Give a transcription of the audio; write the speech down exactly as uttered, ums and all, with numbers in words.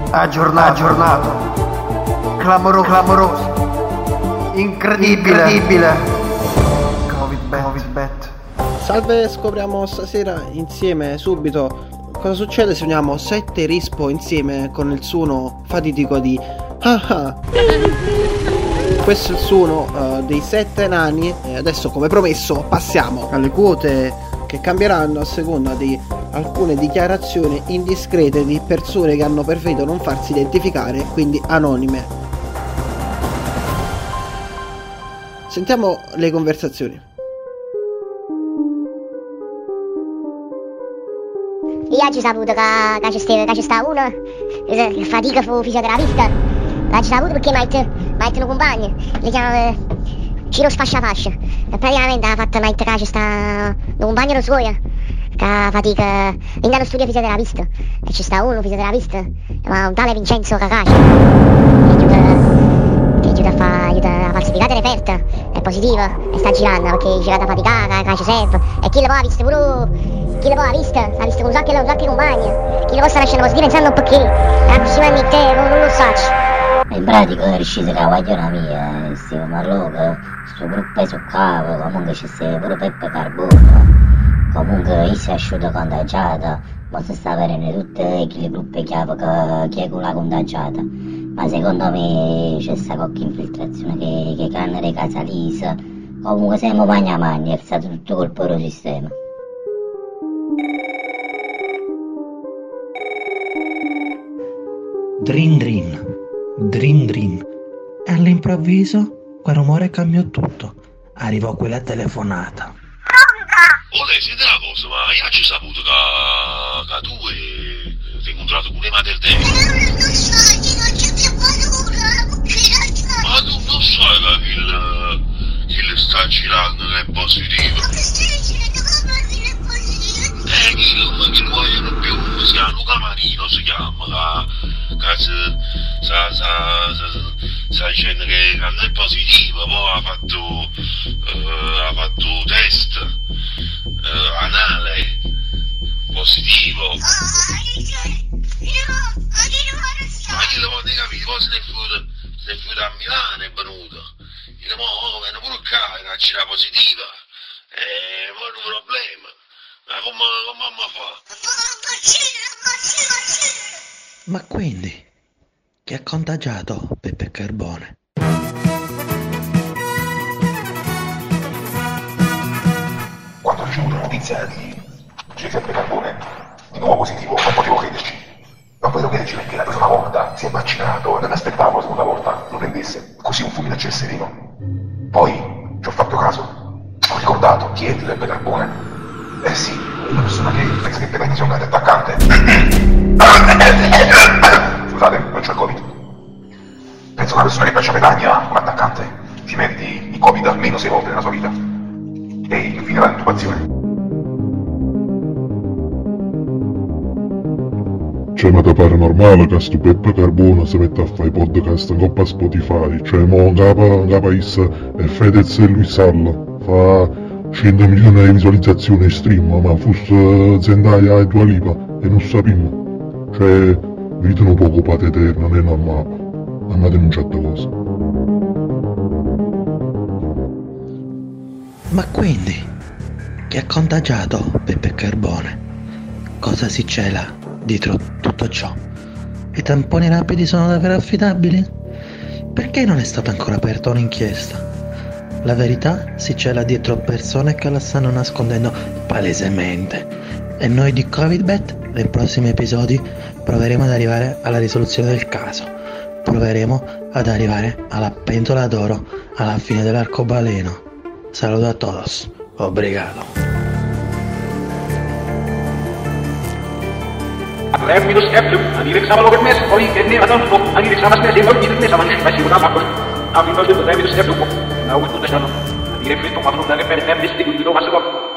aggiornato, aggiornato, clamoroso, clamoroso, incredibile, incredibile. Covid-Bet. Covid-Bet. Salve, scopriamo stasera insieme subito cosa succede se uniamo sette rispo insieme con il suono fatidico di ah ah. Questo è il suono uh, dei sette nani e adesso, come promesso, passiamo alle quote che cambieranno a seconda di alcune dichiarazioni indiscrete di persone che hanno preferito non farsi identificare, quindi anonime. Sentiamo le conversazioni. Io oggi ho saputo che, che, c'è, che c'è sta uno che fatica fu fisioterapista. L'ho saputo perché mi ha detto un compagno, li chiama Ciro Sfasciafascia. E praticamente ha fatto, mi ha detto che c'è sta un compagno suo che fatica, intanto studia fisioterapista. E c'è sta uno fisioterapista, ma un tale Vincenzo Cacace, che aiuta, che aiuta a fare aiuta a falsificare le reperte, è positivo, e sta girando perché c'è da faticare, che ci serve. E chi lo ha visto pure... Chi lo ha visto? Ha visto con un sacco e un sacco di compagni. Chi lo possa lasciare così pensando un po' che la prossima anni te non lo so. In pratica è riuscito a guagliare mia, stiamo marloca, sto gruppo su cavo, comunque ci sta pure Peppe Carbone. Comunque io si è asciutto contagiata, ma si sta avendo tutte le gruppe chiave che, che è quella contagiata. Ma secondo me c'è sta qualche infiltrazione che, che canna di Casalisa. Comunque siamo magna magna, è stato tutto col puro sistema. Drin drin, drin drin, e all'improvviso quel rumore cambiò tutto. Arrivò quella telefonata. Oh lei, senti una cosa, ma io ci ho saputo che, che tu hai incontrato pure Madre del Deo. Ma tu non sai che il, il sta girando che è positivo? Eh, chi lo, chi lo vogliono più, si chiama Luca Marino, si chiama, che sa, sa, sa, sa dicendo che non è positivo, poi ha fatto, uh, ha fatto test, uh, anale, positivo. Ma chi lo può capire, poi se ne è fuori a Milano, è venuto, gli dico, oh, viene pure qua, che c'era positiva, e poi un problema. Ma come, come fa? Ma quindi, chi ha contagiato Peppe Carbone? Quando ho ricevuto la notizia di Giuseppe Carbone di nuovo positivo, non potevo crederci. Non potevo crederci perché la prima volta si è vaccinato e non aspettavo la seconda volta lo prendesse. Così un fulmine a ciel sereno. Poi ci ho fatto caso, ho ricordato chi è Giuseppe Carbone. Eh sì, una persona che pensa che Petagna sia un grande attaccante. Scusate, non c'ho il Covid. Penso che una persona che faccia Petagna, un attaccante, si meriti il Covid almeno sei volte nella sua vita. E infine l'intubazione. Cioè, ma ti pare normale che sto Peppe Carbone si mette a fare i podcast in coppa Spotify? Cioè, mo in capa, in capa issa è Fedez e Luis Salla, fa cento milioni di visualizzazioni stream, ma fosse Zendaya e Dua Lipa e non sappiamo. Cioè, vita un poco patete, non è normale. Andate in un certe cose. Ma quindi, chi ha contagiato Peppe Carbone? Cosa si cela dietro tutto ciò? I tamponi rapidi sono davvero affidabili? Perché non è stata ancora aperta un'inchiesta? La verità si cela dietro persone che la stanno nascondendo palesemente. E noi di COVID-Bet, nei prossimi episodi, proveremo ad arrivare alla risoluzione del caso. Proveremo ad arrivare alla pentola d'oro alla fine dell'arcobaleno. Saluto a todos. Obrigado. Terminus septum, anirexamalo permesso, poi che ne adonco, anirexamas me sempre in mesa, ma non si va a a terminus septum, na ultima stanno, dire fetto quattro dalle per tempo di questo ma